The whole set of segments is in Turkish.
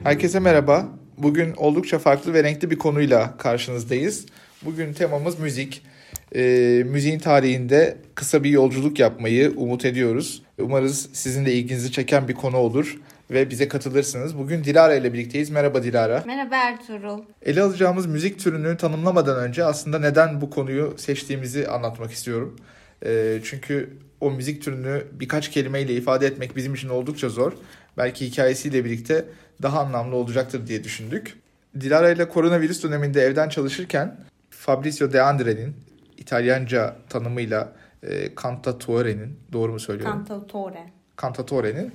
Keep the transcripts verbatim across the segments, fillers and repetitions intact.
Herkese merhaba. Bugün oldukça farklı ve renkli bir konuyla karşınızdayız. Bugün temamız müzik. Ee, müziğin tarihinde kısa bir yolculuk yapmayı umut ediyoruz. Umarız sizin de ilginizi çeken bir konu olur ve bize katılırsınız. Bugün Dilara ile birlikteyiz. Merhaba Dilara. Merhaba Ertuğrul. Ele alacağımız müzik türünü tanımlamadan önce aslında neden bu konuyu seçtiğimizi anlatmak istiyorum. Ee, çünkü o müzik türünü birkaç kelimeyle ifade etmek bizim için oldukça zor. Belki hikayesiyle birlikte daha anlamlı olacaktır diye düşündük. Dilara ile koronavirüs döneminde evden çalışırken Fabrizio De André'nin İtalyanca tanımıyla e, Cantautore'nin, doğru mu söylüyorum? Cantautore. Cantautore'nin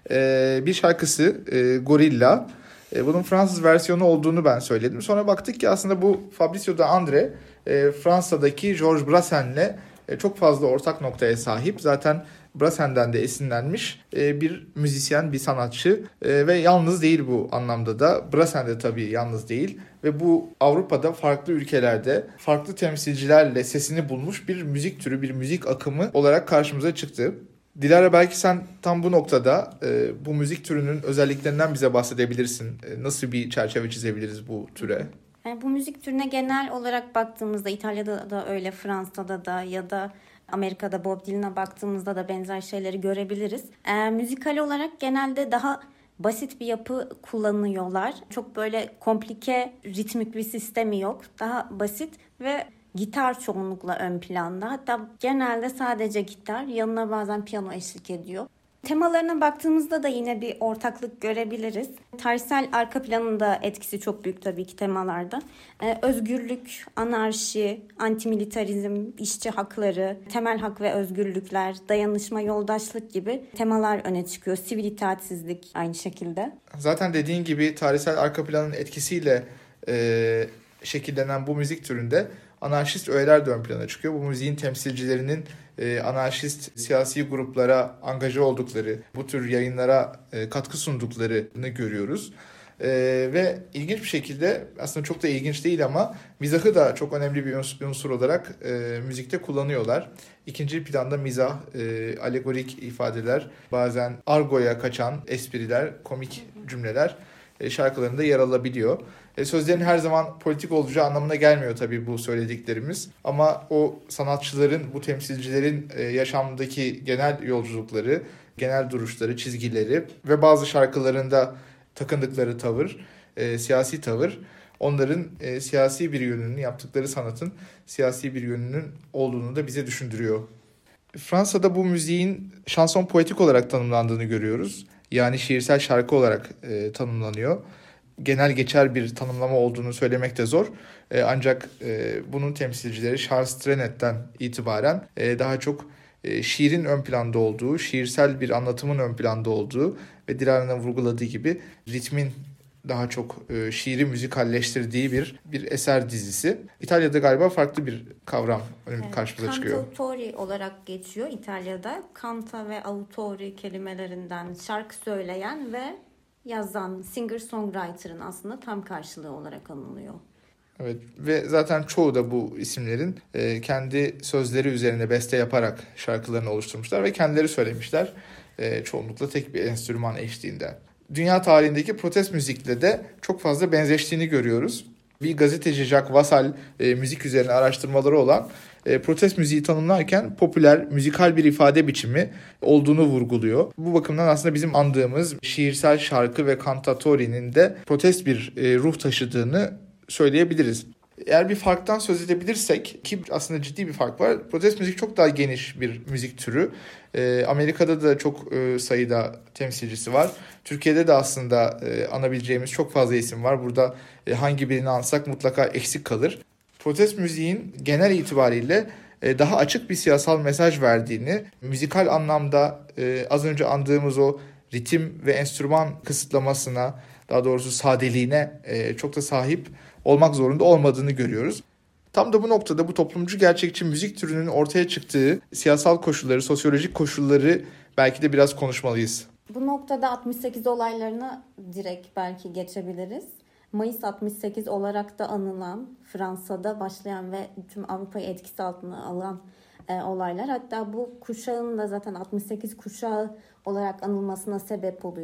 e, bir şarkısı e, Gorilla. E, bunun Fransız versiyonu olduğunu ben söyledim. Sonra baktık ki aslında bu Fabrizio De André e, Fransa'daki Georges Brassens'le e, çok fazla ortak noktaya sahip. Zaten Brassens'den de esinlenmiş e, bir müzisyen, bir sanatçı e, ve yalnız değil bu anlamda da. Brassens de tabii yalnız değil ve bu Avrupa'da farklı ülkelerde farklı temsilcilerle sesini bulmuş bir müzik türü, bir müzik akımı olarak karşımıza çıktı. Dilara, belki sen tam bu noktada e, bu müzik türünün özelliklerinden bize bahsedebilirsin. E, nasıl bir çerçeve çizebiliriz bu türe? Yani bu müzik türüne genel olarak baktığımızda İtalya'da da öyle, Fransa'da da ya da Amerika'da Bob Dylan'a baktığımızda da benzer şeyleri görebiliriz. E, müzikal olarak genelde daha basit bir yapı kullanıyorlar. Çok böyle komplike ritmik bir sistemi yok. Daha basit ve gitar çoğunlukla ön planda. Hatta genelde sadece gitar, yanına bazen piyano eşlik ediyor. Temalarına baktığımızda da yine bir ortaklık görebiliriz. Tarihsel arka planın da etkisi çok büyük tabii ki temalarda. Ee, özgürlük, anarşi, antimilitarizm, işçi hakları, temel hak ve özgürlükler, dayanışma, yoldaşlık gibi temalar öne çıkıyor. Sivil itaatsizlik aynı şekilde. Zaten dediğin gibi tarihsel arka planın etkisiyle e, şekillenen bu müzik türünde anarşist öğeler de ön plana çıkıyor. Bu müziğin temsilcilerinin e, anarşist siyasi gruplara angaje oldukları, bu tür yayınlara e, katkı sunduklarını görüyoruz. E, ve ilginç bir şekilde, aslında çok da ilginç değil ama mizahı da çok önemli bir unsur, unsur olarak e, müzikte kullanıyorlar. İkinci planda mizah, e, alegorik ifadeler, bazen argoya kaçan espriler, komik cümleler e, şarkılarında yer alabiliyor. E, sözlerin her zaman politik olacağı anlamına gelmiyor tabii bu söylediklerimiz. Ama o sanatçıların, bu temsilcilerin e, yaşamdaki genel yolculukları, genel duruşları, çizgileri ve bazı şarkılarında takındıkları tavır, e, siyasi tavır, onların e, siyasi bir yönünün, yaptıkları sanatın siyasi bir yönünün olduğunu da bize düşündürüyor. Fransa'da bu müziğin şanson poetik olarak tanımlandığını görüyoruz. Yani şiirsel şarkı olarak e, tanımlanıyor. Genel geçer bir tanımlama olduğunu söylemek de zor. E, ancak e, bunun temsilcileri Charles Trenet'ten itibaren e, daha çok e, şiirin ön planda olduğu, şiirsel bir anlatımın ön planda olduğu ve Dilara'nın vurguladığı gibi ritmin daha çok e, şiiri müzikalleştirdiği bir bir eser dizisi. İtalya'da galiba farklı bir kavram evet, karşımıza çıkıyor. Cantautori olarak geçiyor İtalya'da. Canta ve autori kelimelerinden şarkı söyleyen ve yazan, singer-songwriter'ın aslında tam karşılığı olarak anılıyor. Evet, ve zaten çoğu da bu isimlerin e, kendi sözleri üzerine beste yaparak şarkılarını oluşturmuşlar ve kendileri söylemişler. E, çoğunlukla tek bir enstrüman eşliğinde. Dünya tarihindeki protest müzikle de çok fazla benzeştiğini görüyoruz. Bir gazeteci Jacques Vassal e, müzik üzerine araştırmaları olan e, protest müziği tanımlarken popüler, müzikal bir ifade biçimi olduğunu vurguluyor. Bu bakımdan aslında bizim andığımız şiirsel şarkı ve cantatori'nin de protest bir e, ruh taşıdığını söyleyebiliriz. Eğer bir farktan söz edebilirsek, ki aslında ciddi bir fark var. Protest müzik çok daha geniş bir müzik türü. E, Amerika'da da çok e, sayıda temsilcisi var. Türkiye'de de aslında e, anabileceğimiz çok fazla isim var. Burada e, hangi birini ansak mutlaka eksik kalır. Protest müziğin genel itibariyle e, daha açık bir siyasal mesaj verdiğini, müzikal anlamda e, az önce andığımız o ritim ve enstrüman kısıtlamasına, daha doğrusu sadeliğine e, çok da sahip olmak zorunda olmadığını görüyoruz. Tam da bu noktada bu toplumcu gerçekçi müzik türünün ortaya çıktığı siyasal koşulları, sosyolojik koşulları belki de biraz konuşmalıyız. Bu noktada altmış sekiz olaylarını direkt belki geçebiliriz. Mayıs altmış sekiz olarak da anılan, Fransa'da başlayan ve tüm Avrupa'yı etkisi altına alan e, olaylar. Hatta bu kuşağın da zaten altmış sekiz kuşağı olarak anılmasına sebep oluyor.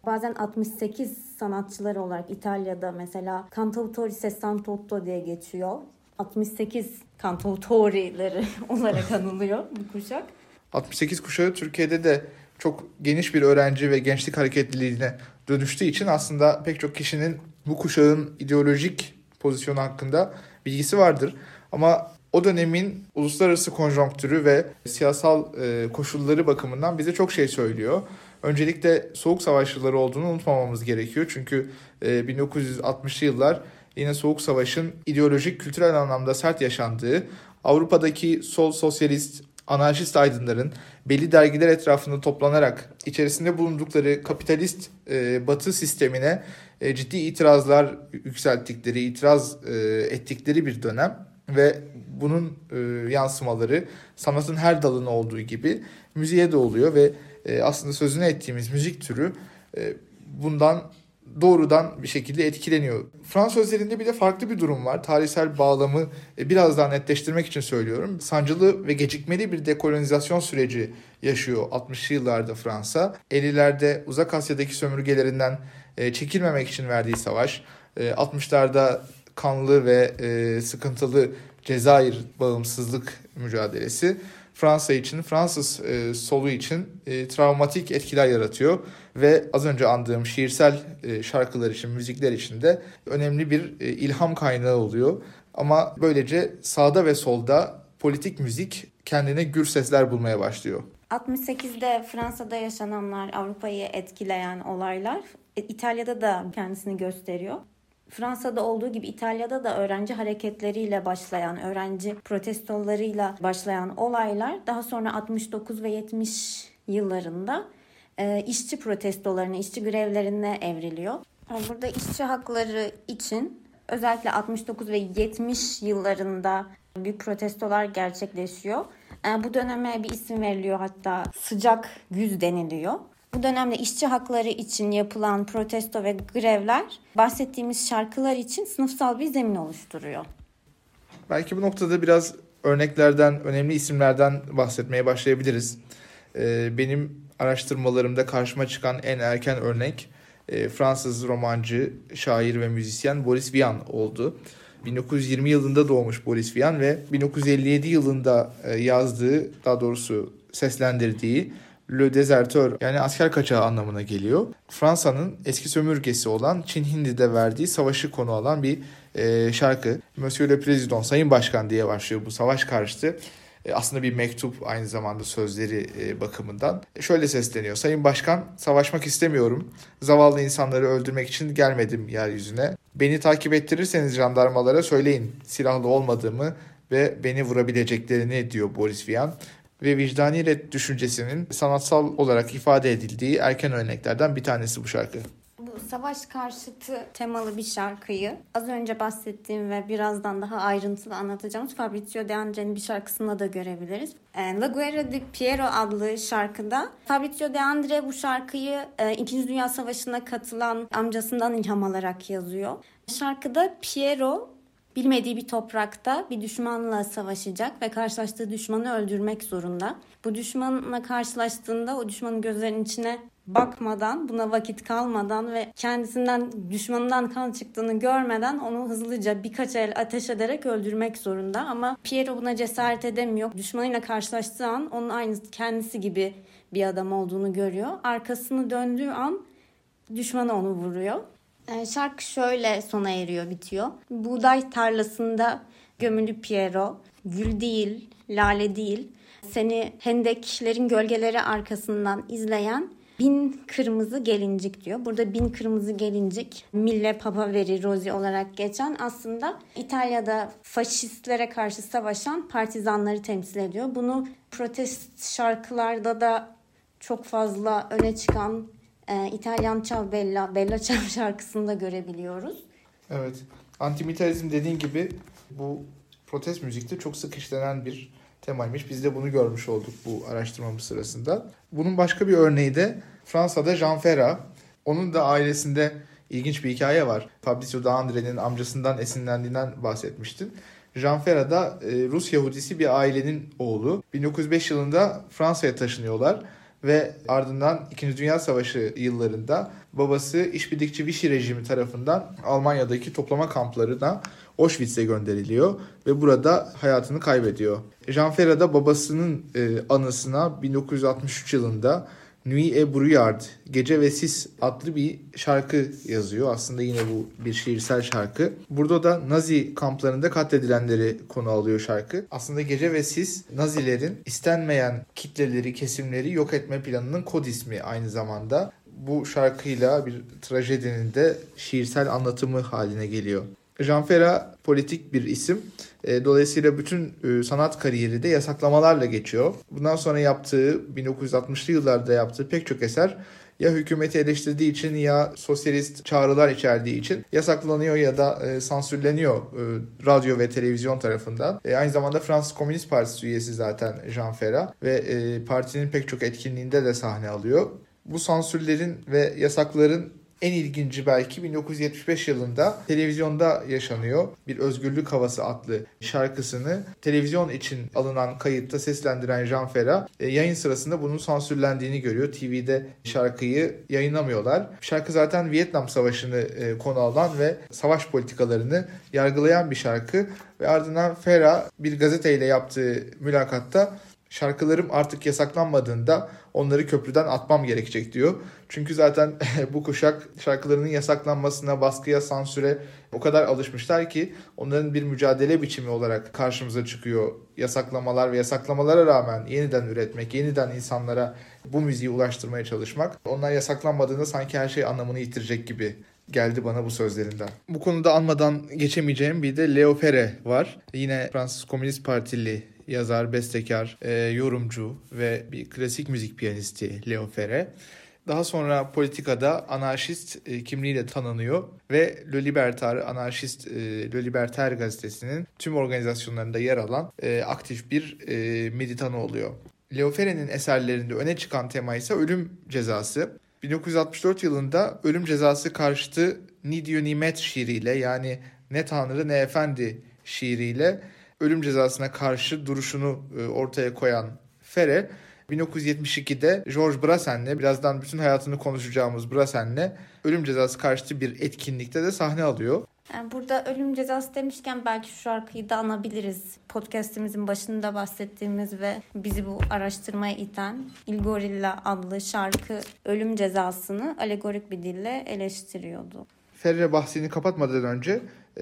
Bazen altmış sekiz sanatçıları olarak İtalya'da mesela Cantautori sessantotto diye geçiyor. altmış sekiz cantautorileri olarak anılıyor bu kuşak. altmış sekiz kuşağı Türkiye'de de çok geniş bir öğrenci ve gençlik hareketliliğine dönüştüğü için aslında pek çok kişinin bu kuşağın ideolojik pozisyonu hakkında bilgisi vardır. Ama o dönemin uluslararası konjonktürü ve siyasal koşulları bakımından bize çok şey söylüyor. Öncelikle Soğuk Savaş yılları olduğunu unutmamamız gerekiyor. Çünkü bin dokuz yüz altmışlı yıllar yine Soğuk Savaş'ın ideolojik, kültürel anlamda sert yaşandığı, Avrupa'daki sol, sosyalist, anarşist aydınların belli dergiler etrafında toplanarak içerisinde bulundukları kapitalist e, batı sistemine e, ciddi itirazlar yükselttikleri, itiraz e, ettikleri bir dönem ve bunun e, yansımaları sanatın her dalına olduğu gibi müziğe de oluyor ve e, aslında sözünü ettiğimiz müzik türü e, bundan doğrudan bir şekilde etkileniyor. Fransız özelinde bir de farklı bir durum var. Tarihsel bağlamı biraz daha netleştirmek için söylüyorum. Sancılı ve gecikmeli bir dekolonizasyon süreci yaşıyor altmışlı yıllarda Fransa. ellilerde Uzak Asya'daki sömürgelerinden çekilmemek için verdiği savaş, altmışlarda kanlı ve sıkıntılı Cezayir bağımsızlık mücadelesi Fransa için, Fransız e, solu için e, travmatik etkiler yaratıyor ve az önce andığım şiirsel e, şarkılar için, müzikler için de önemli bir e, ilham kaynağı oluyor. Ama böylece sağda ve solda politik müzik kendine gür sesler bulmaya başlıyor. altmış sekizde Fransa'da yaşananlar, Avrupa'yı etkileyen olaylar İtalya'da da kendisini gösteriyor. Fransa'da olduğu gibi İtalya'da da öğrenci hareketleriyle başlayan, öğrenci protestolarıyla başlayan olaylar daha sonra altmış dokuz ve yetmiş yıllarında e, işçi protestolarına, işçi grevlerine evriliyor. Burada işçi hakları için özellikle altmış dokuz ve yetmiş yıllarında büyük protestolar gerçekleşiyor. E, bu döneme bir isim veriliyor, hatta sıcak güz deniliyor. Bu dönemde işçi hakları için yapılan protesto ve grevler bahsettiğimiz şarkılar için sınıfsal bir zemin oluşturuyor. Belki bu noktada biraz örneklerden, önemli isimlerden bahsetmeye başlayabiliriz. Benim araştırmalarımda karşıma çıkan en erken örnek Fransız romancı, şair ve müzisyen Boris Vian oldu. bin dokuz yüz yirmi yılında doğmuş Boris Vian ve bin dokuz yüz elli yedi yılında yazdığı, daha doğrusu seslendirdiği Le Deserteur, yani asker kaçağı anlamına geliyor. Fransa'nın eski sömürgesi olan Çin Hindi'de verdiği savaşı konu alan bir e, şarkı. Monsieur le Président, Sayın Başkan diye başlıyor bu savaş karşıtı. E, aslında bir mektup aynı zamanda sözleri e, bakımından. E, şöyle sesleniyor: Sayın Başkan, savaşmak istemiyorum. Zavallı insanları öldürmek için gelmedim yeryüzüne. Beni takip ettirirseniz jandarmalara söyleyin silahlı olmadığımı ve beni vurabileceklerini, diyor Boris Vian. Ve vicdani ret düşüncesinin sanatsal olarak ifade edildiği erken örneklerden bir tanesi bu şarkı. Bu savaş karşıtı temalı bir şarkıyı az önce bahsettiğim ve birazdan daha ayrıntılı anlatacağımız Fabrizio De André'nin bir şarkısında da görebiliriz. La Guerra di Piero adlı şarkıda Fabrizio De André bu şarkıyı İkinci Dünya Savaşı'na katılan amcasından ilham alarak yazıyor. Şarkıda Piero bilmediği bir toprakta bir düşmanla savaşacak ve karşılaştığı düşmanı öldürmek zorunda. Bu düşmanla karşılaştığında o düşmanın gözlerinin içine bakmadan, buna vakit kalmadan ve kendisinden, düşmanından kan çıktığını görmeden onu hızlıca birkaç el ateş ederek öldürmek zorunda. Ama Piero buna cesaret edemiyor. Düşmanıyla karşılaştığı an onun aynı kendisi gibi bir adam olduğunu görüyor. Arkasını döndüğü an düşmanı onu vuruyor. Şarkı şöyle sona eriyor, bitiyor. Buğday tarlasında gömülü Piero, gül değil, lale değil, seni hendeklerin gölgeleri arkasından izleyen bin kırmızı gelincik diyor. Burada bin kırmızı gelincik, Mille Papaveri Rosi olarak geçen, aslında İtalya'da faşistlere karşı savaşan partizanları temsil ediyor. Bunu protest şarkılarda da çok fazla öne çıkan Ee, İtalyan Ciao Bella, Bella Ciao şarkısında görebiliyoruz. Evet. Antimilitarizm dediğin gibi bu protest müzikte çok sık işlenen bir temaymış. Biz de bunu görmüş olduk bu araştırmamız sırasında. Bunun başka bir örneği de Fransa'da Jean Ferrat. Onun da ailesinde ilginç bir hikaye var. Fabrizio De André'nin amcasından esinlendiğinden bahsetmiştin. Jean Ferrat da Rus Yahudisi bir ailenin oğlu. bin dokuz yüz beş yılında Fransa'ya taşınıyorlar ve ardından İkinci Dünya Savaşı yıllarında babası işbirlikçi Vichy rejimi tarafından Almanya'daki toplama kamplarına Auschwitz'e gönderiliyor ve burada hayatını kaybediyor. Jean Ferrat da babasının e, anısına bin dokuz yüz altmış üç yılında Nuit et Brouillard, Gece ve Sis adlı bir şarkı yazıyor. Aslında yine bu bir şiirsel şarkı. Burada da Nazi kamplarında katledilenleri konu alıyor şarkı. Aslında Gece ve Sis, Nazilerin istenmeyen kitleleri, kesimleri yok etme planının kod ismi aynı zamanda. Bu şarkıyla bir trajedinin de şiirsel anlatımı haline geliyor. Jean Ferrat politik bir isim. Dolayısıyla bütün sanat kariyeri de yasaklamalarla geçiyor. Bundan sonra yaptığı, bin dokuz yüz altmışlı yıllarda yaptığı pek çok eser ya hükümeti eleştirdiği için ya sosyalist çağrılar içerdiği için yasaklanıyor ya da sansürleniyor radyo ve televizyon tarafından. Aynı zamanda Fransız Komünist Partisi üyesi zaten Jean Ferrat ve partinin pek çok etkinliğinde de sahne alıyor. Bu sansürlerin ve yasakların en ilginci belki bin dokuz yüz yetmiş beş yılında televizyonda yaşanıyor. Bir Özgürlük Havası adlı şarkısını televizyon için alınan kayıtta seslendiren Jean Ferrat yayın sırasında bunun sansürlendiğini görüyor. T V'de şarkıyı yayınlamıyorlar. Şarkı zaten Vietnam Savaşı'nı konu alan ve savaş politikalarını yargılayan bir şarkı ve ardından Ferrat bir gazeteyle yaptığı mülakatta şarkılarım artık yasaklanmadığında onları köprüden atmam gerekecek diyor. Çünkü zaten bu kuşak şarkılarının yasaklanmasına, baskıya, sansüre o kadar alışmışlar ki onların bir mücadele biçimi olarak karşımıza çıkıyor. Yasaklamalar ve yasaklamalara rağmen yeniden üretmek, yeniden insanlara bu müziği ulaştırmaya çalışmak. Onlar yasaklanmadığında sanki her şey anlamını yitirecek gibi geldi bana bu sözlerinden. Bu konuda anmadan geçemeyeceğim bir de Léo Ferré var. Yine Fransız Komünist Partili yazar, bestekar, e, yorumcu ve bir klasik müzik piyanisti Léo Ferré. Daha sonra politikada anarşist e, kimliğiyle tanınıyor ve Le Libertaire, anarşist e, Le Libertaire gazetesinin tüm organizasyonlarında yer alan e, aktif bir e, militanı oluyor. Léo Ferré'nin eserlerinde öne çıkan tema ise ölüm cezası. bin dokuz yüz altmış dört yılında ölüm cezası karşıtı Ni Dieu ni Maître şiiriyle, yani ne Tanrı ne Efendi şiiriyle ölüm cezasına karşı duruşunu ortaya koyan Ferré, bin dokuz yüz yetmiş ikide Georges Brassen'le, birazdan bütün hayatını konuşacağımız Brassen'le ölüm cezası karşıtı bir etkinlikte de sahne alıyor. Yani burada ölüm cezası demişken belki şu şarkıyı da anabiliriz. Podcast'imizin başında bahsettiğimiz ve bizi bu araştırmaya iten Il Gorilla adlı şarkı ölüm cezasını alegorik bir dille eleştiriyordu. Ferré bahsini kapatmadan önce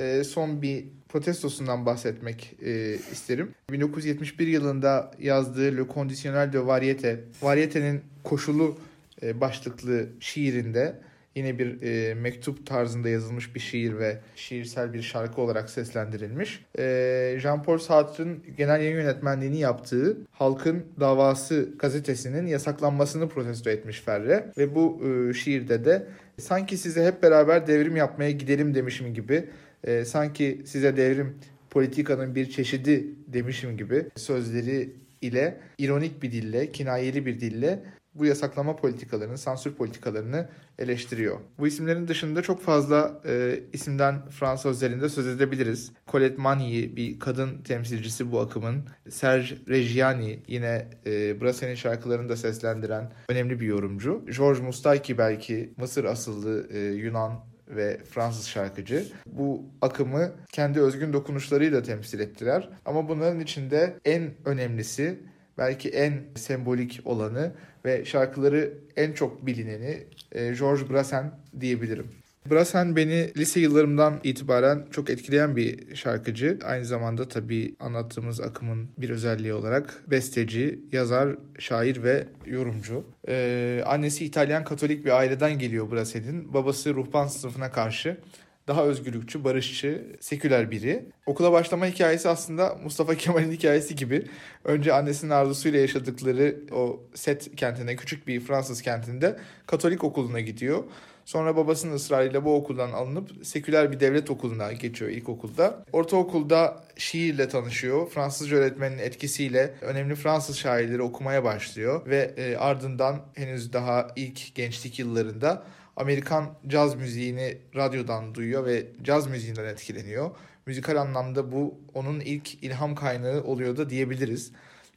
son bir protestosundan bahsetmek e, isterim. bin dokuz yüz yetmiş bir yılında yazdığı Le Conditionnel de Variété, Variété'nin koşulu e, başlıklı şiirinde yine bir e, mektup tarzında yazılmış bir şiir ve şiirsel bir şarkı olarak seslendirilmiş. E, Jean-Paul Sartre'ın genel yayın yönetmenliğini yaptığı Halkın Davası gazetesinin yasaklanmasını protesto etmiş Ferré ve bu e, şiirde de sanki size hep beraber devrim yapmaya gidelim demişim gibi, E, sanki size devrim politikanın bir çeşidi demişim gibi sözleri ile ironik bir dille, kinayeli bir dille bu yasaklama politikalarını, sansür politikalarını eleştiriyor. Bu isimlerin dışında çok fazla e, isimden Fransız özelinde söz edebiliriz. Colette Mani bir kadın temsilcisi bu akımın. Serge Reggiani yine e, Brassen'in şarkılarını da seslendiren önemli bir yorumcu. Georges Moustaki belki Mısır asıllı e, Yunan ve Fransız şarkıcı. Bu akımı kendi özgün dokunuşlarıyla temsil ettiler. Ama bunların içinde en önemlisi, belki en sembolik olanı ve şarkıları en çok bilineni e, Georges Brassens diyebilirim. Brassens beni lise yıllarımdan itibaren çok etkileyen bir şarkıcı. Aynı zamanda tabii anlattığımız akımın bir özelliği olarak besteci, yazar, şair ve yorumcu. Ee, annesi İtalyan Katolik bir aileden geliyor Brassens'in. Babası ruhban sınıfına karşı daha özgürlükçü, barışçı, seküler biri. Okula başlama hikayesi aslında Mustafa Kemal'in hikayesi gibi. Önce annesinin arzusuyla yaşadıkları o Sète kentine, küçük bir Fransız kentinde Katolik okuluna gidiyor. Sonra babasının ısrarıyla bu okuldan alınıp seküler bir devlet okuluna geçiyor ilkokulda. Ortaokulda şiirle tanışıyor. Fransızca öğretmenin etkisiyle önemli Fransız şairleri okumaya başlıyor. Ve e, ardından henüz daha ilk gençlik yıllarında Amerikan caz müziğini radyodan duyuyor ve caz müziğinden etkileniyor. Müzikal anlamda bu onun ilk ilham kaynağı oluyor da diyebiliriz.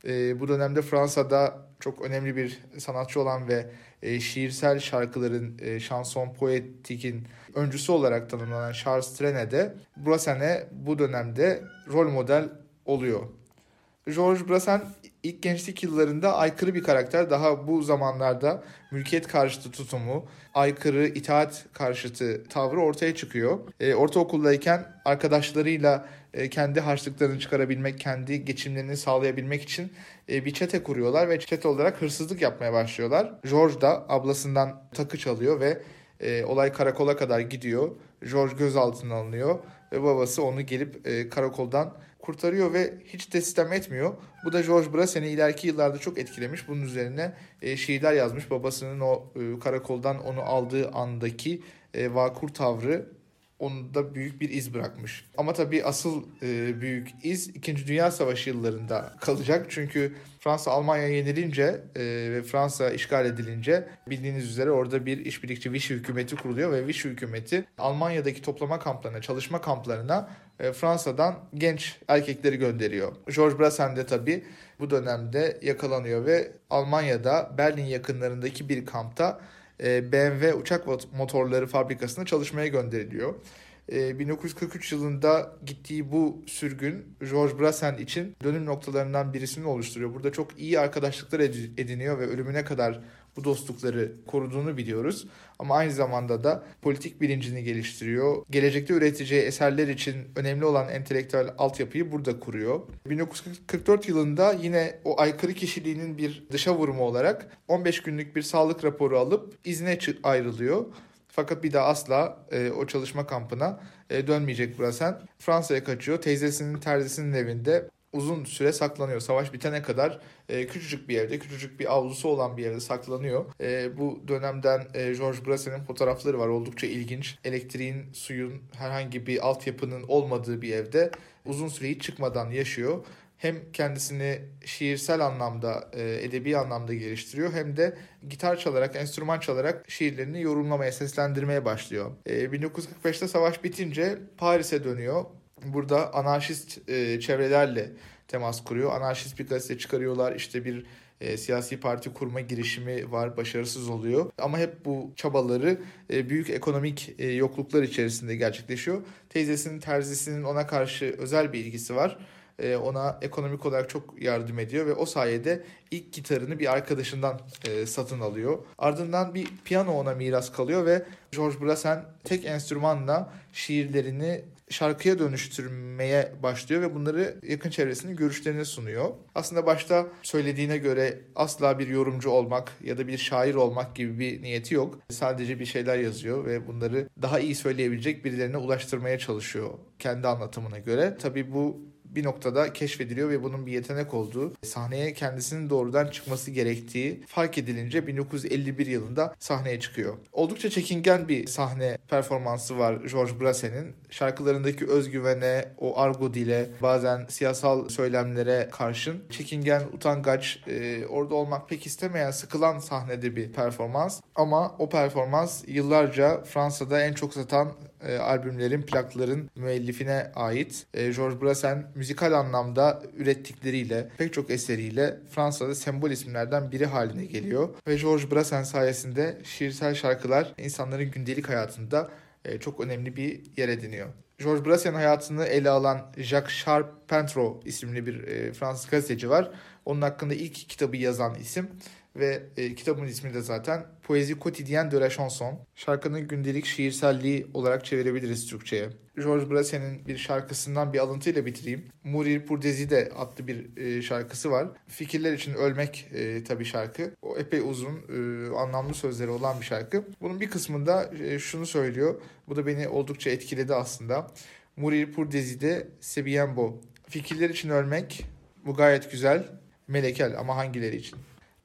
E, bu dönemde Fransa'da çok önemli bir sanatçı olan ve e, şiirsel şarkıların, e, şanson poetikin öncüsü olarak tanımlanan Charles Trenet de Brassen'e bu dönemde rol model oluyor. Georges Brassens ilk gençlik yıllarında aykırı bir karakter. Daha bu zamanlarda mülkiyet karşıtı tutumu, aykırı itaat karşıtı tavrı ortaya çıkıyor. E, ortaokuldayken arkadaşlarıyla e, kendi harçlıklarını çıkarabilmek, kendi geçimlerini sağlayabilmek için e, bir çete kuruyorlar ve çete olarak hırsızlık yapmaya başlıyorlar. George da ablasından takı çalıyor ve e, olay karakola kadar gidiyor. George gözaltına alınıyor ve babası onu gelip e, karakoldan kurtarıyor ve hiç de sistem etmiyor. Bu da Georges Brassens'i ileriki yıllarda çok etkilemiş. Bunun üzerine e, şiirler yazmış. Babasının o e, karakoldan onu aldığı andaki e, vakur tavrı onda büyük bir iz bırakmış. Ama tabii asıl e, büyük iz İkinci Dünya Savaşı yıllarında kalacak. Çünkü Fransa Almanya'ya yenilince e, ve Fransa işgal edilince bildiğiniz üzere orada bir işbirlikçi Vichy hükümeti kuruluyor ve Vichy hükümeti Almanya'daki toplama kamplarına, çalışma kamplarına e, Fransa'dan genç erkekleri gönderiyor. Georges Brassens de tabii bu dönemde yakalanıyor ve Almanya'da Berlin yakınlarındaki bir kampta B M W uçak motorları fabrikasına çalışmaya gönderiliyor. bin dokuz yüz kırk üç yılında gittiği bu sürgün Georges Brassens için dönüm noktalarından birisini oluşturuyor. Burada çok iyi arkadaşlıklar ediniyor ve ölümüne kadar bu dostlukları koruduğunu biliyoruz. Ama aynı zamanda da politik bilincini geliştiriyor. Gelecekte üreteceği eserler için önemli olan entelektüel altyapıyı burada kuruyor. bin dokuz yüz kırk dört yılında yine o aykırı kişiliğinin bir dışa vurumu olarak on beş günlük bir sağlık raporu alıp izne ayrılıyor. Fakat bir daha asla e, o çalışma kampına e, dönmeyecek Brassens. Fransa'ya kaçıyor. Teyzesinin terzisinin evinde uzun süre saklanıyor. Savaş bitene kadar e, küçücük bir evde, küçücük bir avlusu olan bir evde saklanıyor. E, bu dönemden e, Georges Brassens'in fotoğrafları var. Oldukça ilginç. Elektriğin, suyun, herhangi bir altyapının olmadığı bir evde uzun süre hiç çıkmadan yaşıyor. Hem kendisini şiirsel anlamda, edebi anlamda geliştiriyor hem de gitar çalarak, enstrüman çalarak şiirlerini yorumlamaya, seslendirmeye başlıyor. bin dokuz yüz kırk beşte savaş bitince Paris'e dönüyor. Burada anarşist çevrelerle temas kuruyor. Anarşist bir gazete çıkarıyorlar. İşte bir e, siyasi parti kurma girişimi var. Başarısız oluyor. Ama hep bu çabaları e, büyük ekonomik e, yokluklar içerisinde gerçekleşiyor. Teyzesinin, terzisinin ona karşı özel bir ilgisi var. Ona ekonomik olarak çok yardım ediyor ve o sayede ilk gitarını bir arkadaşından e, satın alıyor. Ardından bir piyano ona miras kalıyor ve Georges Brassens tek enstrümanla şiirlerini şarkıya dönüştürmeye başlıyor ve bunları yakın çevresinin görüşlerine sunuyor. Aslında başta söylediğine göre asla bir yorumcu olmak ya da bir şair olmak gibi bir niyeti yok. Sadece bir şeyler yazıyor ve bunları daha iyi söyleyebilecek birilerine ulaştırmaya çalışıyor kendi anlatımına göre. Tabii bu bir noktada keşfediliyor ve bunun bir yetenek olduğu, sahneye kendisinin doğrudan çıkması gerektiği fark edilince bin dokuz yüz elli bir yılında sahneye çıkıyor. Oldukça çekingen bir sahne performansı var Georges Brassens'in. Şarkılarındaki özgüvene, o argo dile, bazen siyasal söylemlere karşın çekingen, utangaç, e, orada olmak pek istemeyen, sıkılan sahnede bir performans. Ama o performans yıllarca Fransa'da en çok satan e, albümlerin, plakların müellifine ait. E, Georges Brassens müzikal anlamda ürettikleriyle, pek çok eseriyle Fransa'da sembol isimlerden biri haline geliyor. Ve Georges Brassens sayesinde şiirsel şarkılar insanların gündelik hayatında e, çok önemli bir yer ediniyor. Georges Brassens'in hayatını ele alan Jacques Charpentreau isimli bir e, Fransız gazeteci var. Onun hakkında ilk kitabı yazan isim ve e, kitabın ismi de zaten Poésie quotidienne de la chanson. Şarkının gündelik şiirselliği olarak çevirebiliriz Türkçe'ye. Georges Brassens'in bir şarkısından bir alıntıyla bitireyim. Mourir pour des idées adlı bir e, şarkısı var. Fikirler için ölmek e, tabii şarkı. O epey uzun, e, anlamlı sözleri olan bir şarkı. Bunun bir kısmında e, şunu söylüyor. Bu da beni oldukça etkiledi aslında. Mourir pour des idées, c'est bien beau. Fikirler için ölmek, bu gayet güzel, melekel ama hangileri için?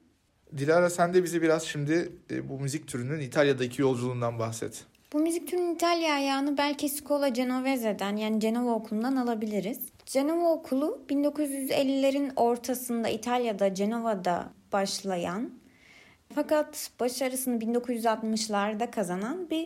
Dilara, sen de bize biraz şimdi e, bu müzik türünün İtalya'daki yolculuğundan bahset. Bu müzik türünün İtalya ayağını belki Scuola Genovese'den yani Cenova Okulu'ndan alabiliriz. Cenova Okulu bin dokuz yüz ellilerin ortasında İtalya'da Cenova'da başlayan fakat başarısını bin dokuz yüz altmışlarda kazanan bir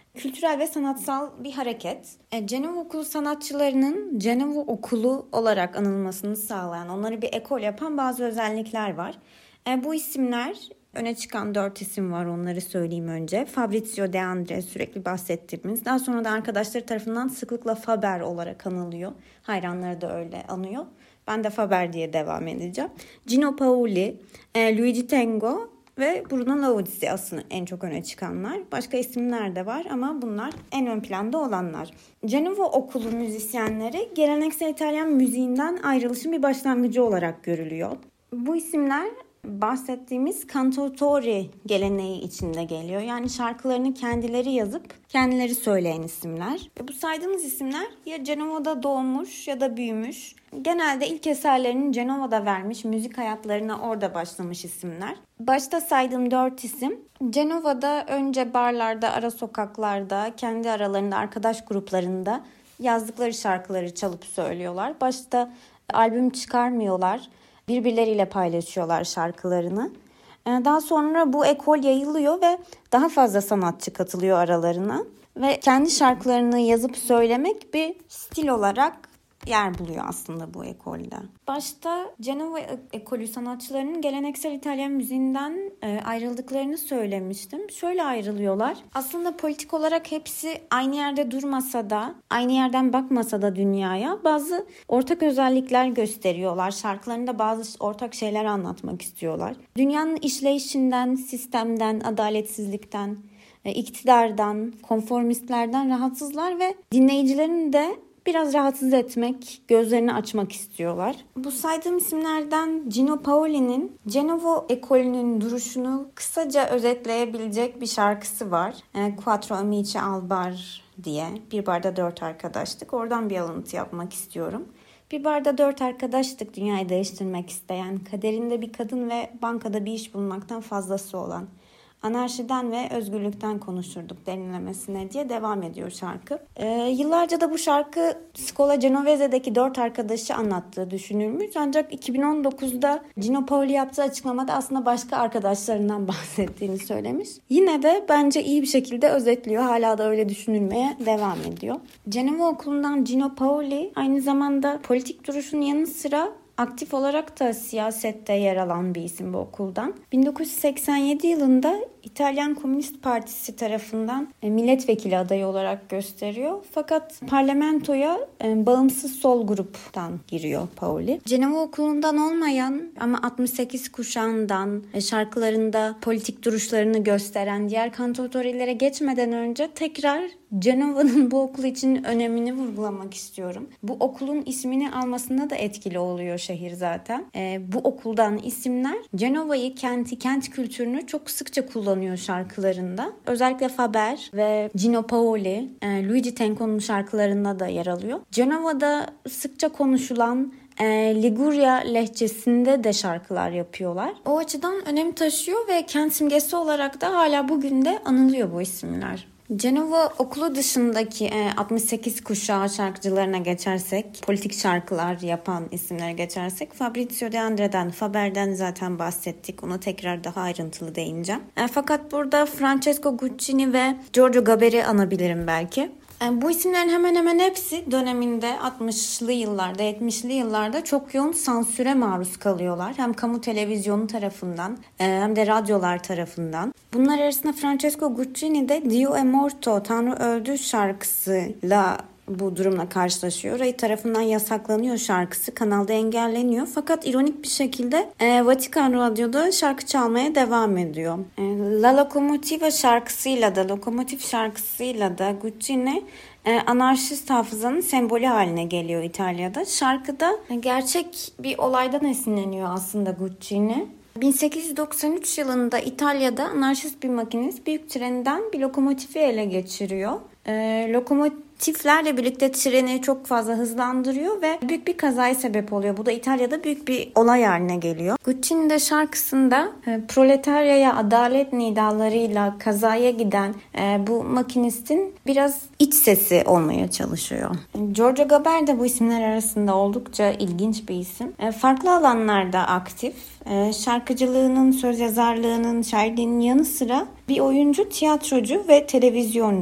kültürel ve sanatsal bir hareket. E, Cenova Okulu sanatçılarının Cenova Okulu olarak anılmasını sağlayan, onları bir ekol yapan bazı özellikler var. E, bu isimler, öne çıkan dört isim var, onları söyleyeyim önce. Fabrizio De André, sürekli bahsettiğimiz. Daha sonra da arkadaşları tarafından sıklıkla Faber olarak anılıyor. Hayranları da öyle anıyor. Ben de Faber diye devam edeceğim. Gino Paoli, e, Luigi Tenco ve Bruno Lauzi aslında en çok öne çıkanlar. Başka isimler de var ama bunlar en ön planda olanlar. Cenova Okulu müzisyenleri geleneksel İtalyan müziğinden ayrılışın bir başlangıcı olarak görülüyor. Bu isimler bahsettiğimiz cantautori geleneği içinde geliyor. Yani şarkılarını kendileri yazıp kendileri söyleyen isimler. Ve bu saydığımız isimler ya Cenova'da doğmuş ya da büyümüş. Genelde ilk eserlerini Cenova'da vermiş, müzik hayatlarına orada başlamış isimler. Başta saydığım dört isim Cenova'da önce barlarda, ara sokaklarda, kendi aralarında, arkadaş gruplarında yazdıkları şarkıları çalıp söylüyorlar. Başta albüm çıkarmıyorlar. Birbirleriyle paylaşıyorlar şarkılarını. Daha sonra bu ekol yayılıyor ve daha fazla sanatçı katılıyor aralarına. Ve kendi şarkılarını yazıp söylemek bir stil olarak yer buluyor aslında bu ekolde. Başta Cenova ekolü sanatçılarının geleneksel İtalyan müziğinden ayrıldıklarını söylemiştim. Şöyle ayrılıyorlar. Aslında politik olarak hepsi aynı yerde durmasa da, aynı yerden bakmasa da dünyaya bazı ortak özellikler gösteriyorlar. Şarkılarında bazı ortak şeyler anlatmak istiyorlar. Dünyanın işleyişinden, sistemden, adaletsizlikten, iktidardan, konformistlerden rahatsızlar ve dinleyicilerin de biraz rahatsız etmek, gözlerini açmak istiyorlar. Bu saydığım isimlerden Gino Paoli'nin Cenova ekolünün duruşunu kısaca özetleyebilecek bir şarkısı var. E, Quattro amici al bar diye. Bir barda dört arkadaştık. Oradan bir alıntı yapmak istiyorum. Bir barda dört arkadaştık, dünyayı değiştirmek isteyen, kaderinde bir kadın ve bankada bir iş bulmaktan fazlası olan. Anarşiden ve özgürlükten konuşurduk derinlemesine diye devam ediyor şarkı. Ee, yıllarca da bu şarkı Scola Genovese'deki dört arkadaşı anlattığı düşünülmüş. Ancak iki bin on dokuzda Gino Paoli yaptığı açıklamada aslında başka arkadaşlarından bahsettiğini söylemiş. Yine de bence iyi bir şekilde özetliyor. Hala da öyle düşünülmeye devam ediyor. Cenova Okulu'ndan Gino Paoli aynı zamanda politik duruşun yanı sıra aktif olarak da siyasette yer alan bir isim bu okuldan. bin dokuz yüz seksen yedi yılında İtalyan Komünist Partisi tarafından milletvekili adayı olarak gösteriyor. Fakat parlamentoya bağımsız sol gruptan giriyor Paoli. Cenova Okulu'ndan olmayan ama altmış sekiz kuşağından, şarkılarında politik duruşlarını gösteren diğer kantautorilere geçmeden önce tekrar Cenova'nın bu okul için önemini vurgulamak istiyorum. Bu okulun ismini almasında da etkili oluyor şehir zaten. E, bu okuldan isimler Cenova'yı, kenti, kent kültürünü çok sıkça kullanıyor şarkılarında. Özellikle Faber ve Gino Paoli, e, Luigi Tenco'nun şarkılarında da yer alıyor. Cenova'da sıkça konuşulan E, Liguria lehçesinde de şarkılar yapıyorlar. O açıdan önem taşıyor ve kent simgesi olarak da hala bugün de anılıyor bu isimler. Cenova Okulu dışındaki e, altmış sekiz kuşağı şarkıcılarına geçersek, politik şarkılar yapan isimlere geçersek, Fabrizio De André'den, Faber'den zaten bahsettik. Ona tekrar daha ayrıntılı değineceğim. E, fakat burada Francesco Guccini ve Giorgio Gaber'i anabilirim belki. Bu isimlerin hemen hemen hepsi döneminde altmışlı yıllarda, yetmişli yıllarda çok yoğun sansüre maruz kalıyorlar. Hem kamu televizyonu tarafından hem de radyolar tarafından. Bunlar arasında Francesco Guccini de Dio è morto, Tanrı öldü şarkısıyla bu durumla karşılaşıyor. Ray tarafından yasaklanıyor şarkısı. Kanalda engelleniyor. Fakat ironik bir şekilde e, Vatikan Radyo'da şarkı çalmaya devam ediyor. E, La Locomotiva şarkısıyla da, Lokomotif şarkısıyla da Guccini e, anarşist hafızanın sembolü haline geliyor İtalya'da. Şarkıda e, gerçek bir olaydan esinleniyor aslında Guccini. bin sekiz yüz doksan üç yılında İtalya'da anarşist bir makinist büyük trenden bir lokomotifi ele geçiriyor. E, lokomotiflerle birlikte treni çok fazla hızlandırıyor ve büyük bir kazaya sebep oluyor. Bu da İtalya'da büyük bir olay haline geliyor. Guccini de şarkısında e, proletaryaya adalet nidalarıyla kazaya giden e, bu makinistin biraz iç sesi olmaya çalışıyor. Giorgio Gaber de bu isimler arasında oldukça ilginç bir isim. E, farklı alanlarda aktif. E, şarkıcılığının, söz yazarlığının, şairliğinin yanı sıra bir oyuncu, tiyatrocu ve televizyoncu.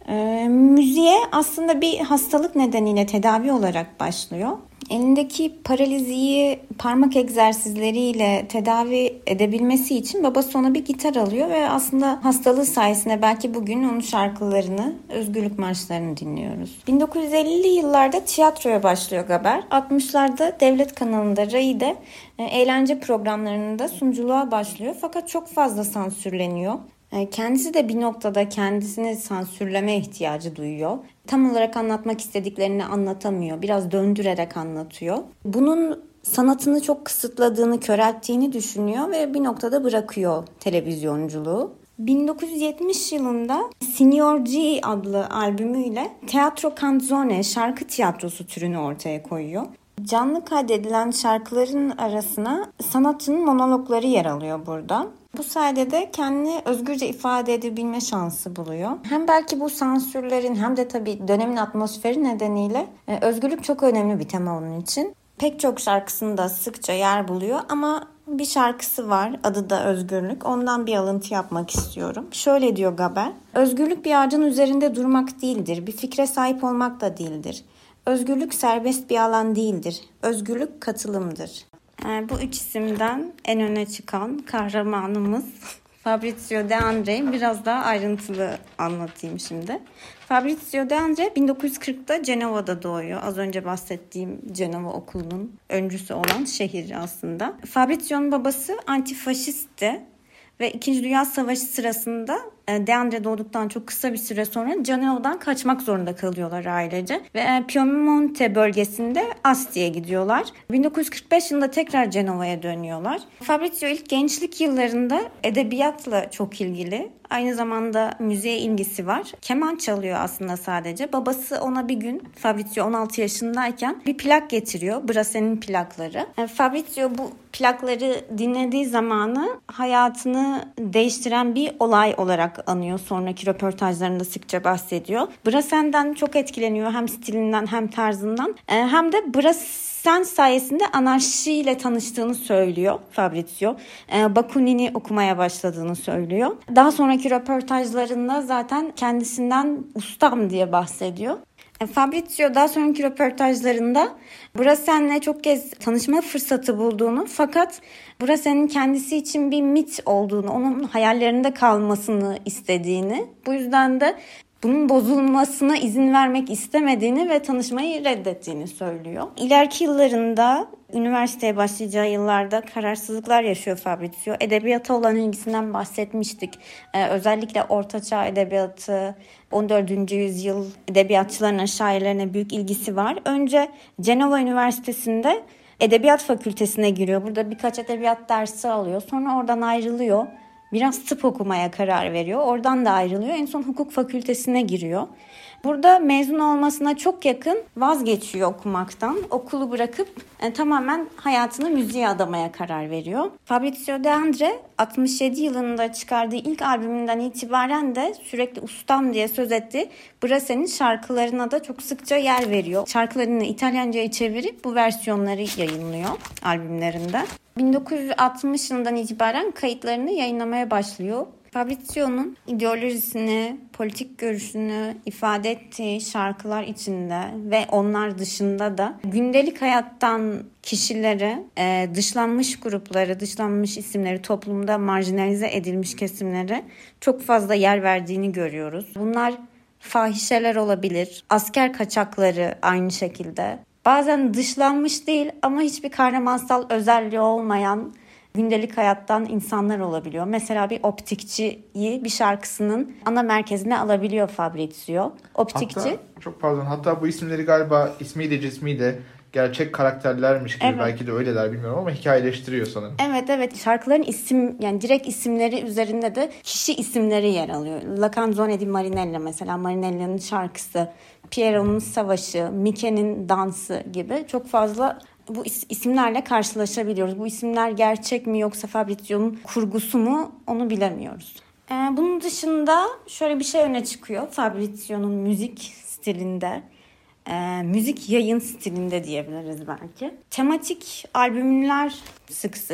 E, müziğe aslında bir hastalık nedeniyle tedavi olarak başlıyor. Elindeki paraliziyi parmak egzersizleriyle tedavi edebilmesi için babası ona bir gitar alıyor ve aslında hastalığı sayesinde belki bugün onun şarkılarını, özgürlük marşlarını dinliyoruz. bin dokuz yüz ellili yıllarda tiyatroya başlıyor Gaber. altmışlarda devlet kanalında Rai'de eğlence programlarında sunuculuğa başlıyor fakat çok fazla sansürleniyor. Kendisi de bir noktada kendisini sansürleme ihtiyacı duyuyor. Tam olarak anlatmak istediklerini anlatamıyor. Biraz döndürerek anlatıyor. Bunun sanatını çok kısıtladığını, körelttiğini düşünüyor ve bir noktada bırakıyor televizyonculuğu. bin dokuz yüz yetmiş yılında Signor G adlı albümüyle Teatro Canzone, şarkı tiyatrosu türünü ortaya koyuyor. Canlı kaydedilen şarkıların arasına sanatçının monologları yer alıyor burada. Bu sayede de kendini özgürce ifade edebilme şansı buluyor. Hem belki bu sansürlerin hem de tabii dönemin atmosferi nedeniyle özgürlük çok önemli bir tema onun için. Pek çok şarkısında sıkça yer buluyor ama bir şarkısı var, adı da Özgürlük. Ondan bir alıntı yapmak istiyorum. Şöyle diyor Gaber: "Özgürlük bir ağacın üzerinde durmak değildir, bir fikre sahip olmak da değildir. Özgürlük serbest bir alan değildir. Özgürlük katılımdır." Bu üç isimden en öne çıkan kahramanımız Fabrizio De André'yi biraz daha ayrıntılı anlatayım şimdi. Fabrizio De André bin dokuz yüz kırkta Cenova'da doğuyor. Az önce bahsettiğim Cenova okulunun öncüsü olan şehir aslında. Fabrizio'nun babası antifaşistti. Ve İkinci Dünya Savaşı sırasında De André doğduktan çok kısa bir süre sonra Cenova'dan kaçmak zorunda kalıyorlar ailece. Ve Piemonte bölgesinde Asti'ye gidiyorlar. bin dokuz yüz kırk beş yılında tekrar Cenova'ya dönüyorlar. Fabrizio ilk gençlik yıllarında edebiyatla çok ilgili. Aynı zamanda müziğe ilgisi var. Keman çalıyor aslında sadece. Babası ona bir gün, Fabrizio on altı yaşındayken bir plak getiriyor. Brassen'in plakları. Yani Fabrizio bu plakları dinlediği zamanı hayatını değiştiren bir olay olarak anıyor. Sonraki röportajlarında sıkça bahsediyor. Brassen'den çok etkileniyor, hem stilinden hem tarzından. Hem de Brassen sayesinde anarşiyle tanıştığını söylüyor Fabrizio. Bakunin'i okumaya başladığını söylüyor. Daha sonraki röportajlarında zaten kendisinden ustam diye bahsediyor. Fabrizio daha sonraki röportajlarında Brassen'le çok kez tanışma fırsatı bulduğunu fakat Brassen'in kendisi için bir mit olduğunu, onun hayallerinde kalmasını istediğini, bu yüzden de bunun bozulmasına izin vermek istemediğini ve tanışmayı reddettiğini söylüyor. İleriki yıllarında, üniversiteye başlayacağı yıllarda kararsızlıklar yaşıyor Fabrizio. Edebiyata olan ilgisinden bahsetmiştik. Ee, özellikle Ortaçağ edebiyatı, on dördüncü yüzyıl edebiyatçılarına, şairlerine büyük ilgisi var. Önce Cenova Üniversitesi'nde Edebiyat Fakültesine giriyor. Burada birkaç edebiyat dersi alıyor. Sonra oradan ayrılıyor. Biraz tıp okumaya karar veriyor. Oradan da ayrılıyor. En son hukuk fakültesine giriyor. Burada mezun olmasına çok yakın vazgeçiyor okumaktan. Okulu bırakıp yani tamamen hayatını müziğe adamaya karar veriyor. Fabrizio De André altmış yedi yılında çıkardığı ilk albümünden itibaren de sürekli ustam diye söz etti. Brassen'in şarkılarına da çok sıkça yer veriyor. Şarkılarını İtalyanca'ya çevirip bu versiyonları yayınlıyor albümlerinde. bin dokuz yüz altmış yılından itibaren kayıtlarını yayınlamaya başlıyor. Fabrizio'nun ideolojisini, politik görüşünü ifade ettiği şarkılar içinde ve onlar dışında da gündelik hayattan kişileri, dışlanmış grupları, dışlanmış isimleri, toplumda marjinalize edilmiş kesimlere çok fazla yer verdiğini görüyoruz. Bunlar fahişeler olabilir, asker kaçakları aynı şekilde. Bazen dışlanmış değil ama hiçbir kahramansal özelliği olmayan gündelik hayattan insanlar olabiliyor. Mesela bir optikçiyi bir şarkısının ana merkezine alabiliyor Fabrizio. Optikçi. Hatta, çok pardon. Hatta bu isimleri galiba ismi de cismi de gerçek karakterlermiş gibi, evet. Belki de öyleler bilmiyorum ama hikayeleştiriyor sanırım. Evet evet, şarkıların isim, yani direkt isimleri üzerinde de kişi isimleri yer alıyor. La Canzone di Marinella mesela, Marinella'nın şarkısı, Piero'nun Savaşı, Mike'nin Dansı gibi çok fazla bu isimlerle karşılaşabiliyoruz. Bu isimler gerçek mi yoksa Fabrizio'nun kurgusu mu, onu bilemiyoruz. Ee, bunun dışında şöyle bir şey öne çıkıyor Fabrizio'nun müzik stilinde. Ee, müzik yayın stilinde diyebiliriz belki. Tematik albümler sık sık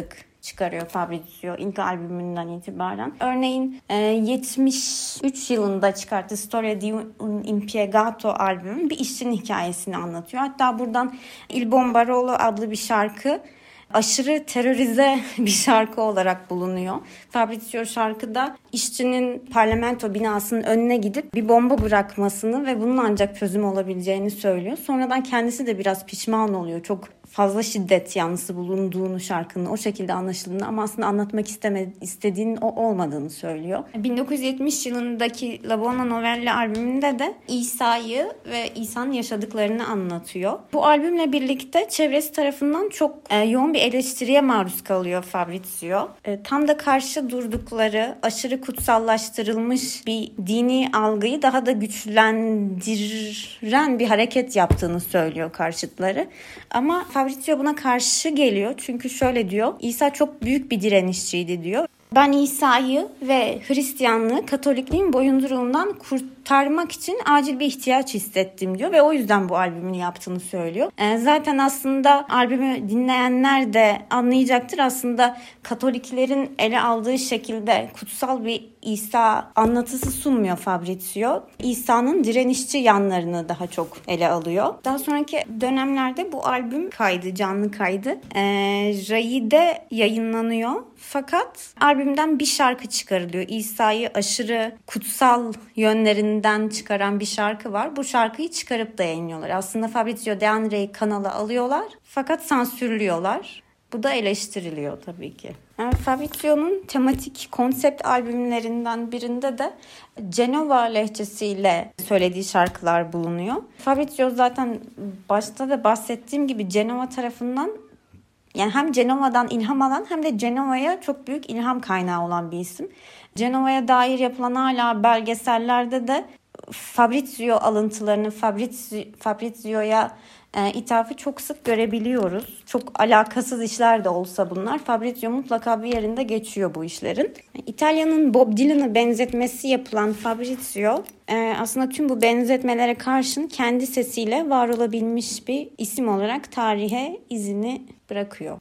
çıkarıyor Fabrizio ilk albümünden itibaren. Örneğin yetmiş üç yılında çıkarttığı Storia di un Impiegato albümü bir işçinin hikayesini anlatıyor. Hatta buradan Il Bombarolo adlı bir şarkı aşırı terörize bir şarkı olarak bulunuyor. Fabrizio şarkıda işçinin parlamento binasının önüne gidip bir bomba bırakmasını ve bunun ancak çözüm olabileceğini söylüyor. Sonradan kendisi de biraz pişman oluyor. Çok fazla şiddet yanlısı bulunduğunu şarkının o şekilde anlaşıldığını ama aslında anlatmak isteme, istediğinin o olmadığını söylüyor. bin dokuz yüz yetmiş yılındaki La Buona Novella albümünde de İsa'yı ve İsa'nın yaşadıklarını anlatıyor. Bu albümle birlikte çevresi tarafından çok e, yoğun bir eleştiriye maruz kalıyor Fabrizio. E, tam da karşı durdukları aşırı kutsallaştırılmış bir dini algıyı daha da güçlendiren bir hareket yaptığını söylüyor karşıtları. Ama Fabrizio buna karşı geliyor çünkü şöyle diyor, İsa çok büyük bir direnişçiydi diyor. Ben İsa'yı ve Hristiyanlığı Katolikliğin boyunduruluğundan kurtarmak için acil bir ihtiyaç hissettim diyor ve o yüzden bu albümünü yaptığını söylüyor. E, zaten aslında albümü dinleyenler de anlayacaktır. Aslında Katoliklerin ele aldığı şekilde kutsal bir İsa anlatısı sunmuyor Fabrizio. İsa'nın direnişçi yanlarını daha çok ele alıyor. Daha sonraki dönemlerde bu albüm kaydı, canlı kaydı. E, Rai'de yayınlanıyor. Fakat albümden bir şarkı çıkarılıyor. İsa'yı aşırı kutsal yönlerinden çıkaran bir şarkı var. Bu şarkıyı çıkarıp da yayınlıyorlar. Aslında Fabrizio De André'yi kanala alıyorlar fakat sansürlüyorlar. Bu da eleştiriliyor tabii ki. Yani Fabrizio'nun tematik konsept albümlerinden birinde de Cenova lehçesiyle söylediği şarkılar bulunuyor. Fabrizio zaten başta da bahsettiğim gibi Cenova tarafından, yani hem Cenova'dan ilham alan hem de Cenova'ya çok büyük ilham kaynağı olan bir isim. Cenova'ya dair yapılan hala belgesellerde de Fabrizio alıntılarını, Fabrizio, Fabrizio'ya e, ithafı çok sık görebiliyoruz. Çok alakasız işler de olsa bunlar, Fabrizio mutlaka bir yerinde geçiyor bu işlerin. İtalya'nın Bob Dylan'ı benzetmesi yapılan Fabrizio e, aslında tüm bu benzetmelere karşın kendi sesiyle var olabilmiş bir isim olarak tarihe izini bırakıyor.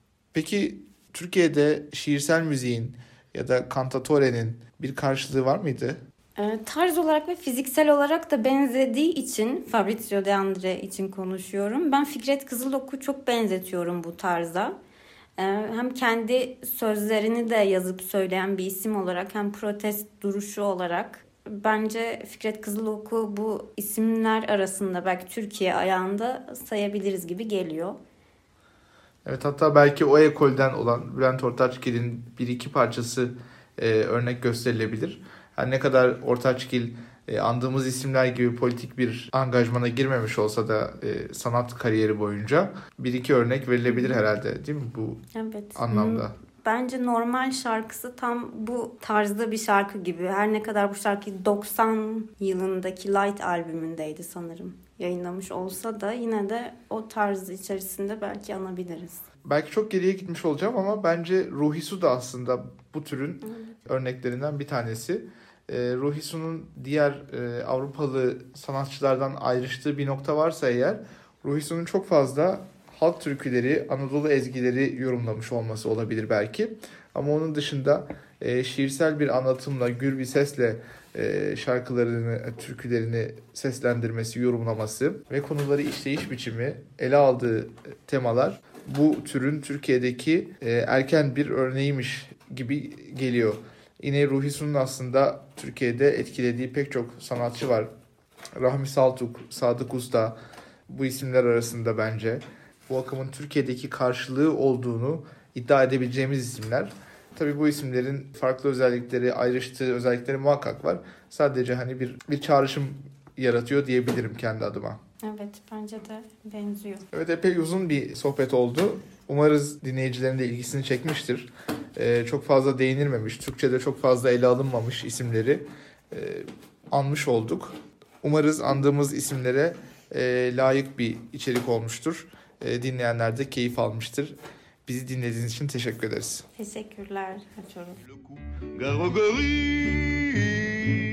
Peki Türkiye'de şiirsel müziğin ya da kantatore'nin bir karşılığı var mıydı? E, tarz olarak ve fiziksel olarak da benzediği için, Fabrizio De André için konuşuyorum. Ben Fikret Kızılok'u çok benzetiyorum bu tarza. E, hem kendi sözlerini de yazıp söyleyen bir isim olarak hem protest duruşu olarak. Bence Fikret Kızılok'u bu isimler arasında belki Türkiye ayağında sayabiliriz gibi geliyor. Evet, hatta belki o ekolden olan Bülent Ortaçgil'in bir iki parçası e, örnek gösterilebilir. Her ne kadar Ortaçgil e, andığımız isimler gibi politik bir angajmana girmemiş olsa da e, sanat kariyeri boyunca bir iki örnek verilebilir herhalde, değil mi bu evet. anlamda? Bence Normal şarkısı tam bu tarzda bir şarkı gibi. Her ne kadar bu şarkıyı doksan yılındaki Light albümündeydi sanırım yayınlamış olsa da yine de o tarz içerisinde belki anabiliriz. Belki çok geriye gitmiş olacağım ama bence Ruhi Su da aslında bu türün evet. örneklerinden bir tanesi. E, Ruhi Su'nun diğer e, Avrupalı sanatçılardan ayrıştığı bir nokta varsa eğer, Ruhi Su'nun çok fazla halk türküleri, Anadolu ezgileri yorumlamış olması olabilir belki. Ama onun dışında e, şiirsel bir anlatımla, gür bir sesle e, şarkılarını, türkülerini seslendirmesi, yorumlaması ve konuları işleyiş biçimi, ele aldığı temalar bu türün Türkiye'deki e, erken bir örneğiymiş gibi geliyor. Yine Ruhi Su'nun aslında Türkiye'de etkilediği pek çok sanatçı var. Rahmi Saltuk, Sadık Usta bu isimler arasında bence. Bu akımın Türkiye'deki karşılığı olduğunu iddia edebileceğimiz isimler. Tabii bu isimlerin farklı özellikleri, ayrıştığı özellikleri muhakkak var. Sadece hani bir bir çağrışım yaratıyor diyebilirim kendi adıma. Evet, bence de benziyor. Evet, epey uzun bir sohbet oldu. Umarız dinleyicilerin de ilgisini çekmiştir. Ee, çok fazla değinilmemiş, Türkçe'de çok fazla ele alınmamış isimleri e, anmış olduk. Umarız andığımız isimlere e, layık bir içerik olmuştur. E, dinleyenler de keyif almıştır. Bizi dinlediğiniz için teşekkür ederiz. Teşekkürler. Açıyorum.